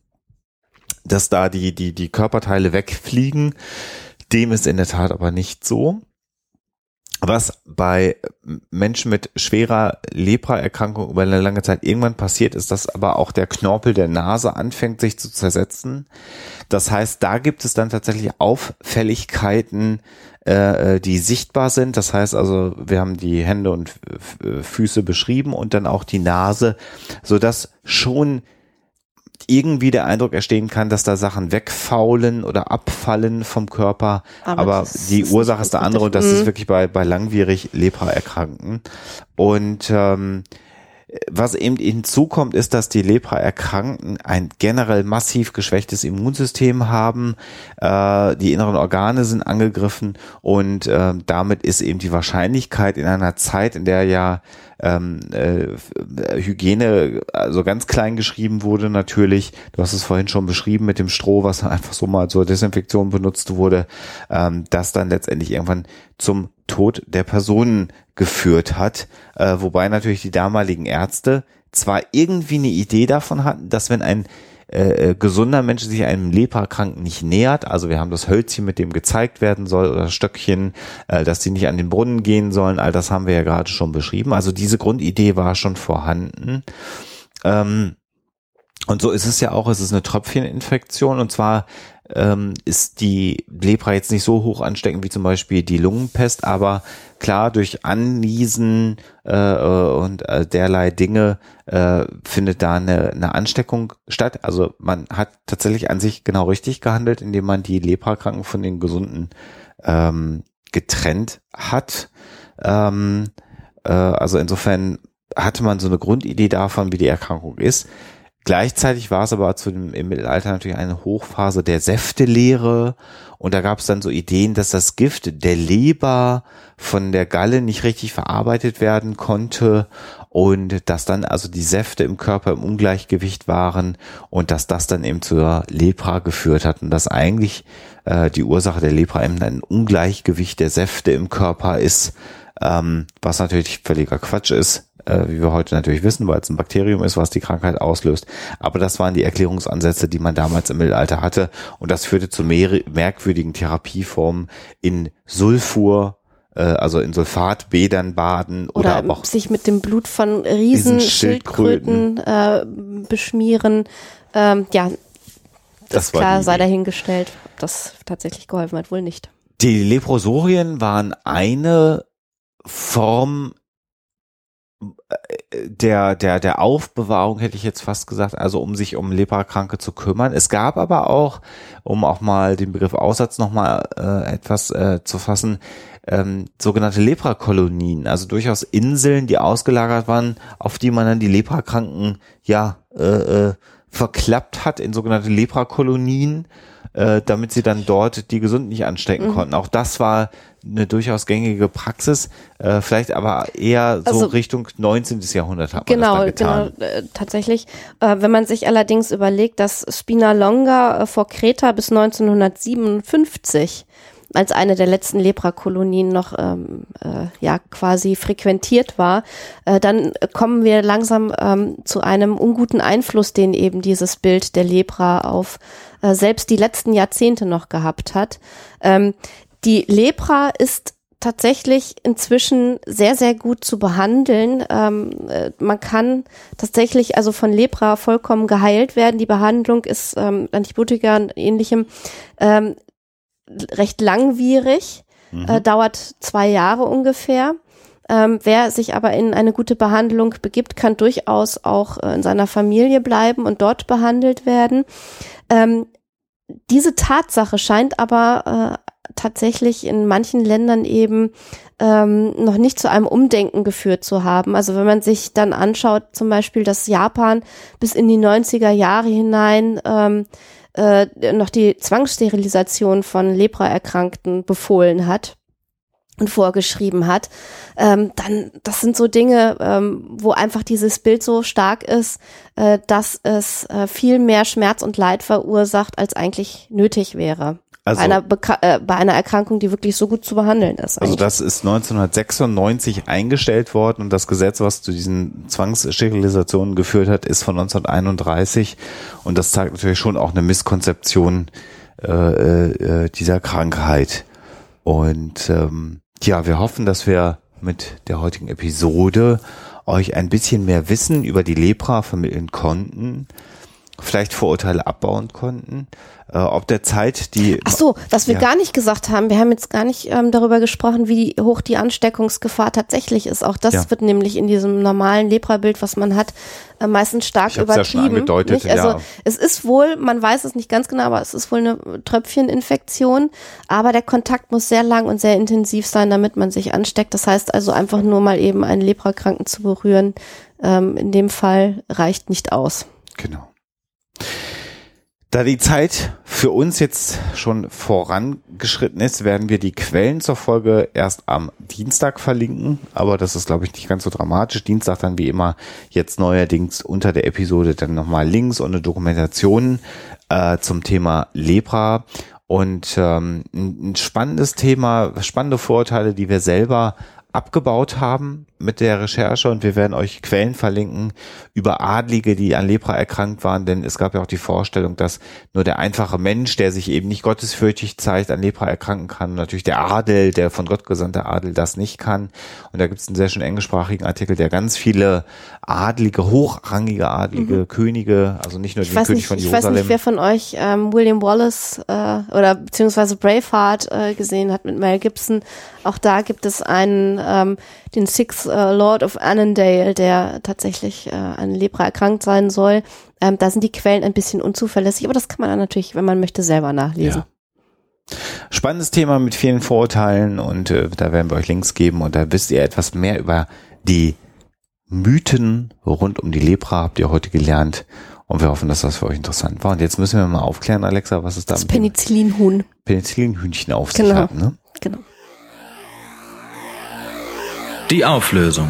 dass da die die die Körperteile wegfliegen. Dem ist in der Tat aber nicht so. was bei Menschen mit schwerer Lepra-Erkrankung über eine lange Zeit irgendwann passiert, ist, dass aber auch der Knorpel der Nase anfängt, sich zu zersetzen. Das heißt, da gibt es dann tatsächlich Auffälligkeiten, äh, die sichtbar sind. Das heißt also, wir haben die Hände und Füße beschrieben und dann auch die Nase, sodass schon irgendwie der Eindruck entstehen kann, dass da Sachen wegfaulen oder abfallen vom Körper, aber, aber die ist Ursache ist eine andere und das ist wirklich bei bei langwierig Lepra-Erkrankten. Und ähm, was eben hinzukommt, ist, dass die Lepra-Erkrankten ein generell massiv geschwächtes Immunsystem haben, äh, die inneren Organe sind angegriffen und äh, damit ist eben die Wahrscheinlichkeit in einer Zeit, in der ja ähm, äh, Hygiene also ganz klein geschrieben wurde natürlich, du hast es vorhin schon beschrieben mit dem Stroh, was einfach so mal zur Desinfektion benutzt wurde, ähm, das dann letztendlich irgendwann zum Tod der Personen geführt hat, äh, wobei natürlich die damaligen Ärzte zwar irgendwie eine Idee davon hatten, dass wenn ein äh, gesunder Mensch sich einem Leprakranken nicht nähert, also wir haben das Hölzchen, mit dem gezeigt werden soll oder das Stöckchen, äh, dass die nicht an den Brunnen gehen sollen, all das haben wir ja gerade schon beschrieben, also diese Grundidee war schon vorhanden. Ähm, und so ist es ja auch, es ist eine Tröpfcheninfektion und zwar ähm, ist die Lepra jetzt nicht so hoch ansteckend wie zum Beispiel die Lungenpest, aber klar, durch Anniesen äh, und äh, derlei Dinge äh, findet da eine, eine Ansteckung statt. Also man hat tatsächlich an sich genau richtig gehandelt, indem man die Leprakranken von den Gesunden ähm, getrennt hat. Ähm, äh, also insofern hatte man so eine Grundidee davon, wie die Erkrankung ist. Gleichzeitig war es aber zu dem, im Mittelalter natürlich eine Hochphase der Säftelehre und da gab es dann so Ideen, dass das Gift der Leber von der Galle nicht richtig verarbeitet werden konnte und dass dann also die Säfte im Körper im Ungleichgewicht waren und dass das dann eben zur Lepra geführt hat und dass eigentlich äh, die Ursache der Lepra eben ein Ungleichgewicht der Säfte im Körper ist, ähm, was natürlich völliger Quatsch ist. Wie wir heute natürlich wissen, weil es ein Bakterium ist, was die Krankheit auslöst. Aber das waren die Erklärungsansätze, die man damals im Mittelalter hatte. Und das führte zu mehr, merkwürdigen Therapieformen in Sulfur, äh, also in Sulfatbädern baden. Oder, oder aber auch sich mit dem Blut von Riesenschildkröten äh, beschmieren. Ähm, ja, das, das klar sei dahingestellt. Ob das tatsächlich geholfen hat, wohl nicht. Die Leprosorien waren eine Form der der der Aufbewahrung, hätte ich jetzt fast gesagt, also um sich um Leprakranke zu kümmern. Es gab aber auch, um auch mal den Begriff Aussatz nochmal äh, etwas äh, zu fassen, ähm, sogenannte Leprakolonien, also durchaus Inseln, die ausgelagert waren, auf die man dann die Leprakranken ja äh, äh, verklappt hat in sogenannte Leprakolonien, äh, damit sie dann dort die Gesunden nicht anstecken mhm. konnten. Auch das war eine durchaus gängige Praxis, äh, vielleicht aber eher so also, Richtung neunzehnten Jahrhundert hat man genau, das dann getan. Genau, äh, tatsächlich. Äh, wenn man sich allerdings überlegt, dass Spina Longa äh, vor Kreta bis neunzehnhundertsiebenundfünfzig als eine der letzten Leprakolonien noch ähm, äh, ja quasi frequentiert war, äh, dann kommen wir langsam ähm, zu einem unguten Einfluss, den eben dieses Bild der Lepra auf äh, selbst die letzten Jahrzehnte noch gehabt hat. Ähm, Die Lepra ist tatsächlich inzwischen sehr, sehr gut zu behandeln. Ähm, äh, man kann tatsächlich also von Lepra vollkommen geheilt werden. Die Behandlung ist ähm, Antibiotika und ähnlichem ähm, recht langwierig, mhm. äh, dauert zwei Jahre ungefähr. Ähm, wer sich aber in eine gute Behandlung begibt, kann durchaus auch äh, in seiner Familie bleiben und dort behandelt werden. Ähm, diese Tatsache scheint aber äh, tatsächlich in manchen Ländern eben ähm, noch nicht zu einem Umdenken geführt zu haben. Also wenn man sich dann anschaut, zum Beispiel, dass Japan bis in die neunziger Jahre hinein ähm, äh, noch die Zwangssterilisation von Lepra-Erkrankten befohlen hat und vorgeschrieben hat, ähm, dann, das sind so Dinge, ähm, wo einfach dieses Bild so stark ist, äh, dass es äh, viel mehr Schmerz und Leid verursacht, als eigentlich nötig wäre. Also, bei, einer Beka- äh, bei einer Erkrankung, die wirklich so gut zu behandeln ist. Also das ist neunzehnhundertsechsundneunzig eingestellt worden und das Gesetz, was zu diesen Zwangssterilisationen geführt hat, ist von neunzehnhunderteinunddreißig und das zeigt natürlich schon auch eine Misskonzeption äh, äh, dieser Krankheit. Und ähm, Ja, wir hoffen, dass wir mit der heutigen Episode euch ein bisschen mehr Wissen über die Lepra vermitteln konnten, vielleicht Vorurteile abbauen konnten. Äh, ob der Zeit die... Ach so, was wir ja. gar nicht gesagt haben, wir haben jetzt gar nicht ähm, darüber gesprochen, wie hoch die Ansteckungsgefahr tatsächlich ist. Auch das ja. wird nämlich in diesem normalen Lepra-Bild, was man hat, äh, meistens stark ich hab's übertrieben. Ja schon angedeutet, nicht? Also ja. es ist wohl, man weiß es nicht ganz genau, aber es ist wohl eine Tröpfcheninfektion, aber der Kontakt muss sehr lang und sehr intensiv sein, damit man sich ansteckt. Das heißt also einfach nur mal eben einen Leprakranken zu berühren, ähm, in dem Fall reicht nicht aus. Genau. Da die Zeit für uns jetzt schon vorangeschritten ist, werden wir die Quellen zur Folge erst am Dienstag verlinken, aber das ist, glaube ich, nicht ganz so dramatisch. Dienstag dann wie immer jetzt neuerdings unter der Episode dann nochmal Links und eine Dokumentation äh, zum Thema Lepra und ähm, ein spannendes Thema, spannende Vorurteile, die wir selber abgebaut haben mit der Recherche, und wir werden euch Quellen verlinken über Adlige, die an Lepra erkrankt waren, denn es gab ja auch die Vorstellung, dass nur der einfache Mensch, der sich eben nicht gottesfürchtig zeigt, an Lepra erkranken kann, und natürlich der Adel, der von Gott gesandte Adel, das nicht kann. Und da gibt es einen sehr schön englischsprachigen Artikel, der ganz viele Adlige, hochrangige Adlige, mhm. Könige, also nicht nur ich den weiß König nicht, von ich Jerusalem. Ich weiß nicht, wer von euch ähm, William Wallace äh, oder beziehungsweise Braveheart äh, gesehen hat mit Mel Gibson. Auch da gibt es einen, ähm, den Sixth äh, Lord of Annandale, der tatsächlich äh, an Lepra erkrankt sein soll. Ähm, da sind die Quellen ein bisschen unzuverlässig, aber das kann man dann natürlich, wenn man möchte, selber nachlesen. Ja. Spannendes Thema mit vielen Vorurteilen, und äh, da werden wir euch Links geben, und da wisst ihr etwas mehr über die Mythen rund um die Lepra, habt ihr heute gelernt, und wir hoffen, dass das für euch interessant war. Und jetzt müssen wir mal aufklären, Alexa, was ist da das Penicillinhuhn. Penicillinhühnchen auf sich genau. hat, ne? Genau. Die Auflösung.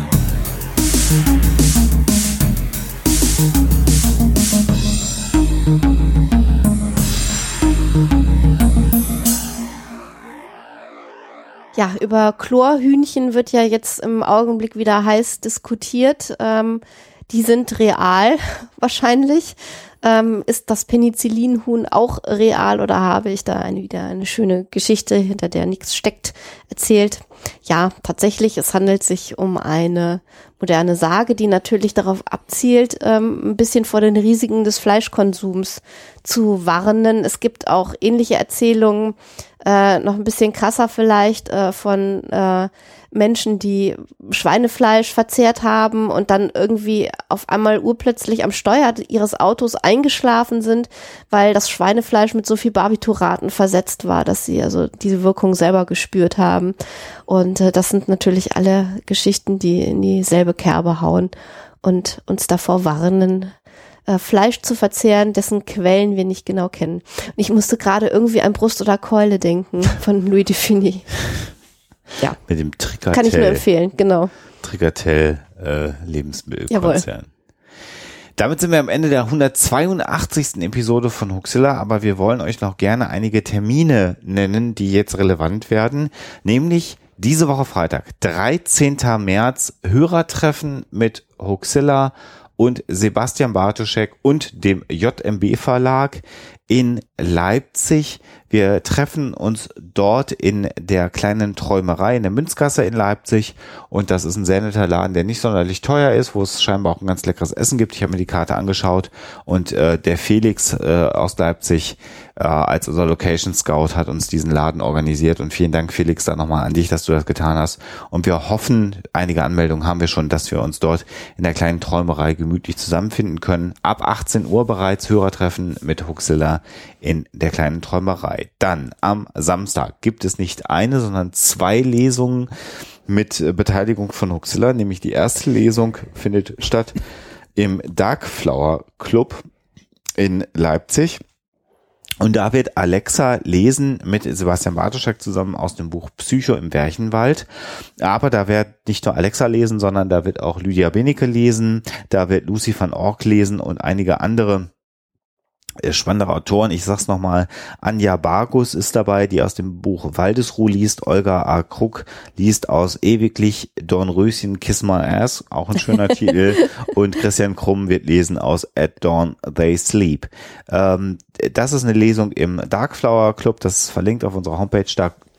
Ja, über Chlorhühnchen wird ja jetzt im Augenblick wieder heiß diskutiert. Ähm, die sind real, wahrscheinlich. Ähm, ist das Penicillinhuhn auch real, oder habe ich da eine, wieder eine schöne Geschichte, hinter der nichts steckt, erzählt? Ja, tatsächlich, es handelt sich um eine moderne Sage, die natürlich darauf abzielt, ähm, ein bisschen vor den Risiken des Fleischkonsums zu warnen. Es gibt auch ähnliche Erzählungen, äh, noch ein bisschen krasser vielleicht, äh, von äh, Menschen, die Schweinefleisch verzehrt haben und dann irgendwie auf einmal urplötzlich am Steuer ihres Autos eingeschlafen sind, weil das Schweinefleisch mit so viel Barbituraten versetzt war, dass sie also diese Wirkung selber gespürt haben. Und äh, das sind natürlich alle Geschichten, die in dieselbe Kerbe hauen und uns davor warnen, äh, Fleisch zu verzehren, dessen Quellen wir nicht genau kennen. Und ich musste gerade irgendwie an Brust oder Keule denken von Louis de Funès. Ja. Mit dem Tricatel. Kann ich nur empfehlen, genau. Tricatel äh, Lebensmittelkonzern. Jawohl. Damit sind wir am Ende der hundertzweiundachtzigsten Episode von Huxilla, aber wir wollen euch noch gerne einige Termine nennen, die jetzt relevant werden, nämlich diese Woche Freitag, dreizehnten März, Hörertreffen mit Huxilla und Sebastian Bartoschek und dem J M B Verlag in Leipzig. Wir treffen uns dort in der kleinen Träumerei in der Münzgasse in Leipzig, und das ist ein sehr netter Laden, der nicht sonderlich teuer ist, wo es scheinbar auch ein ganz leckeres Essen gibt. Ich habe mir die Karte angeschaut, und äh, der Felix äh, aus Leipzig äh, als unser Location Scout hat uns diesen Laden organisiert, und vielen Dank, Felix, da nochmal an dich, dass du das getan hast, und wir hoffen, einige Anmeldungen haben wir schon, dass wir uns dort in der kleinen Träumerei gemütlich zusammenfinden können. Ab achtzehn Uhr bereits Hörertreffen mit Huxilla in der kleinen Träumerei. Dann am Samstag gibt es nicht eine, sondern zwei Lesungen mit Beteiligung von Huxilla, nämlich die erste Lesung findet statt im Dark Flower Club in Leipzig. Und da wird Alexa lesen mit Sebastian Bartoschek zusammen aus dem Buch Psycho im Werchenwald. Aber da wird nicht nur Alexa lesen, sondern da wird auch Lydia Benecke lesen, da wird Lucy van Ork lesen und einige andere spannende Autoren. Ich sag's nochmal, Anja Bargus ist dabei, die aus dem Buch Waldesruh liest, Olga A. Kruk liest aus Ewiglich Dornröschen Kiss My Ass, auch ein schöner Titel, und Christian Krumm wird lesen aus At Dawn They Sleep. Ähm, das ist eine Lesung im Dark Flower Club, das ist verlinkt auf unserer Homepage, da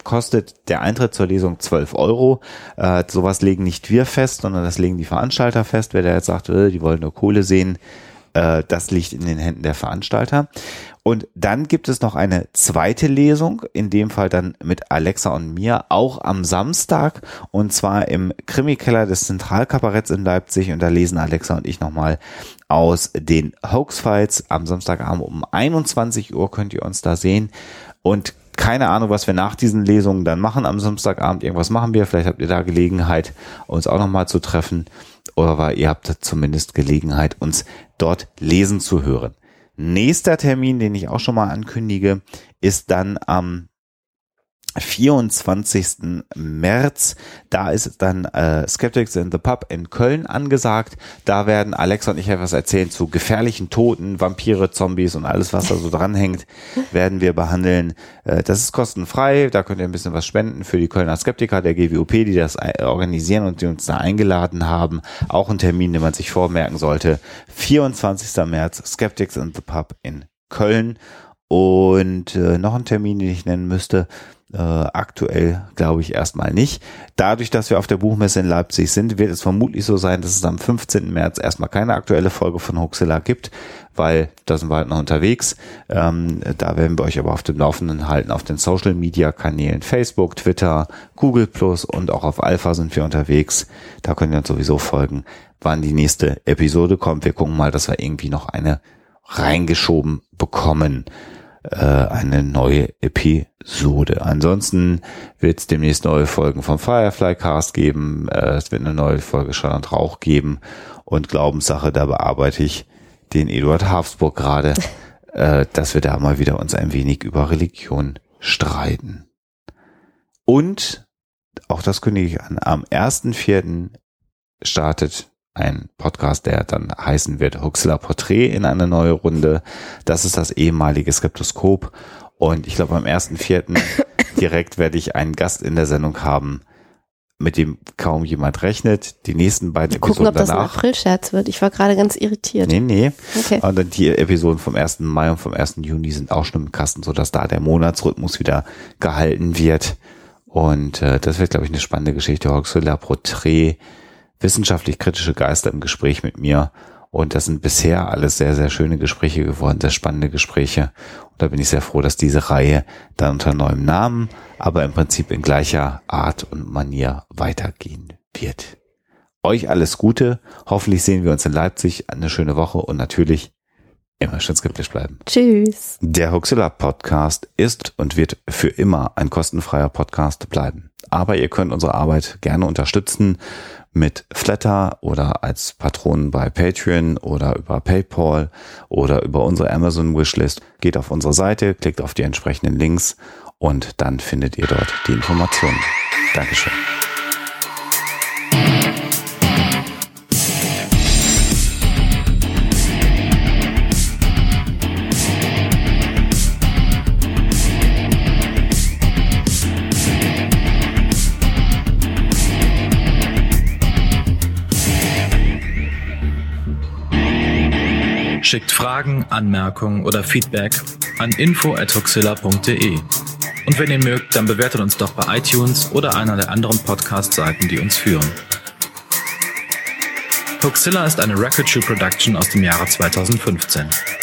kostet der Eintritt zur Lesung zwölf Euro. Äh, sowas legen nicht wir fest, sondern das legen die Veranstalter fest. Wer da jetzt sagt, äh, die wollen nur Kohle sehen, äh, das liegt in den Händen der Veranstalter. Und dann gibt es noch eine zweite Lesung, in dem Fall dann mit Alexa und mir, auch am Samstag, und zwar im Krimi-Keller des Zentralkabaretts in Leipzig. Und da lesen Alexa und ich nochmal aus den Hoax-Files. Am Samstagabend um einundzwanzig Uhr könnt ihr uns da sehen. Und keine Ahnung, was wir nach diesen Lesungen dann machen am Samstagabend. Irgendwas machen wir. Vielleicht habt ihr da Gelegenheit, uns auch nochmal zu treffen. Oder ihr habt zumindest Gelegenheit, uns dort lesen zu hören. Nächster Termin, den ich auch schon mal ankündige, ist dann am vierundzwanzigsten März. Da ist dann äh, Skeptics in the Pub in Köln angesagt. Da werden Alexa und ich etwas erzählen zu gefährlichen Toten, Vampire, Zombies und alles, was da so dranhängt, werden wir behandeln. Äh, das ist kostenfrei. Da könnt ihr ein bisschen was spenden für die Kölner Skeptiker der G W O P, die das organisieren und die uns da eingeladen haben. Auch ein Termin, den man sich vormerken sollte. vierundzwanzigsten März, Skeptics in the Pub in Köln. Und äh, noch ein Termin, den ich nennen müsste, Äh, aktuell glaube ich erstmal nicht. Dadurch, dass wir auf der Buchmesse in Leipzig sind, wird es vermutlich so sein, dass es am fünfzehnten März erstmal keine aktuelle Folge von Hoaxilla gibt, weil da sind wir halt noch unterwegs. Ähm, da werden wir euch aber auf dem Laufenden halten auf den Social Media Kanälen Facebook, Twitter, Google Plus und auch auf Alpha sind wir unterwegs. Da könnt ihr uns sowieso folgen, wann die nächste Episode kommt. Wir gucken mal, dass wir irgendwie noch eine reingeschoben bekommen. Eine neue Episode. Ansonsten wird es demnächst neue Folgen vom Firefly Cast geben. Es wird eine neue Folge Schall und Rauch geben. Und Glaubenssache, da bearbeite ich den Eduard Hafsburg gerade, dass wir da mal wieder uns ein wenig über Religion streiten. Und, auch das kündige ich an, am ersten vierten startet ein Podcast, der dann heißen wird Hoaxilla Porträt in eine neue Runde. Das ist das ehemalige Skeptoskop. Und ich glaube, am ersten vierten direkt werde ich einen Gast in der Sendung haben, mit dem kaum jemand rechnet. Die nächsten beiden Gucken, Episoden ob das danach. ein April-Scherz wird. Ich war gerade ganz irritiert. Nee, nee. Okay. Und dann die Episoden vom ersten Mai und vom ersten Juni sind auch schon im Kasten, sodass da der Monatsrhythmus wieder gehalten wird. Und äh, das wird, glaube ich, eine spannende Geschichte. Hoaxilla Porträt, wissenschaftlich-kritische Geister im Gespräch mit mir. Und das sind bisher alles sehr, sehr schöne Gespräche geworden, sehr spannende Gespräche. Und da bin ich sehr froh, dass diese Reihe dann unter neuem Namen, aber im Prinzip in gleicher Art und Manier weitergehen wird. Euch alles Gute. Hoffentlich sehen wir uns in Leipzig. Eine schöne Woche und natürlich immer schön skeptisch bleiben. Tschüss. Der Hoaxilla Podcast ist und wird für immer ein kostenfreier Podcast bleiben. Aber ihr könnt unsere Arbeit gerne unterstützen mit Flatter oder als Patronen bei Patreon oder über PayPal oder über unsere Amazon Wishlist. Geht auf unsere Seite, klickt auf die entsprechenden Links und dann findet ihr dort die Informationen. Dankeschön. Schickt Fragen, Anmerkungen oder Feedback an info at hoaxilla punkt de. Und wenn ihr mögt, dann bewertet uns doch bei iTunes oder einer der anderen Podcast-Seiten, die uns führen. Hoaxilla ist eine Record Shoe Production aus dem Jahre zweitausendfünfzehn.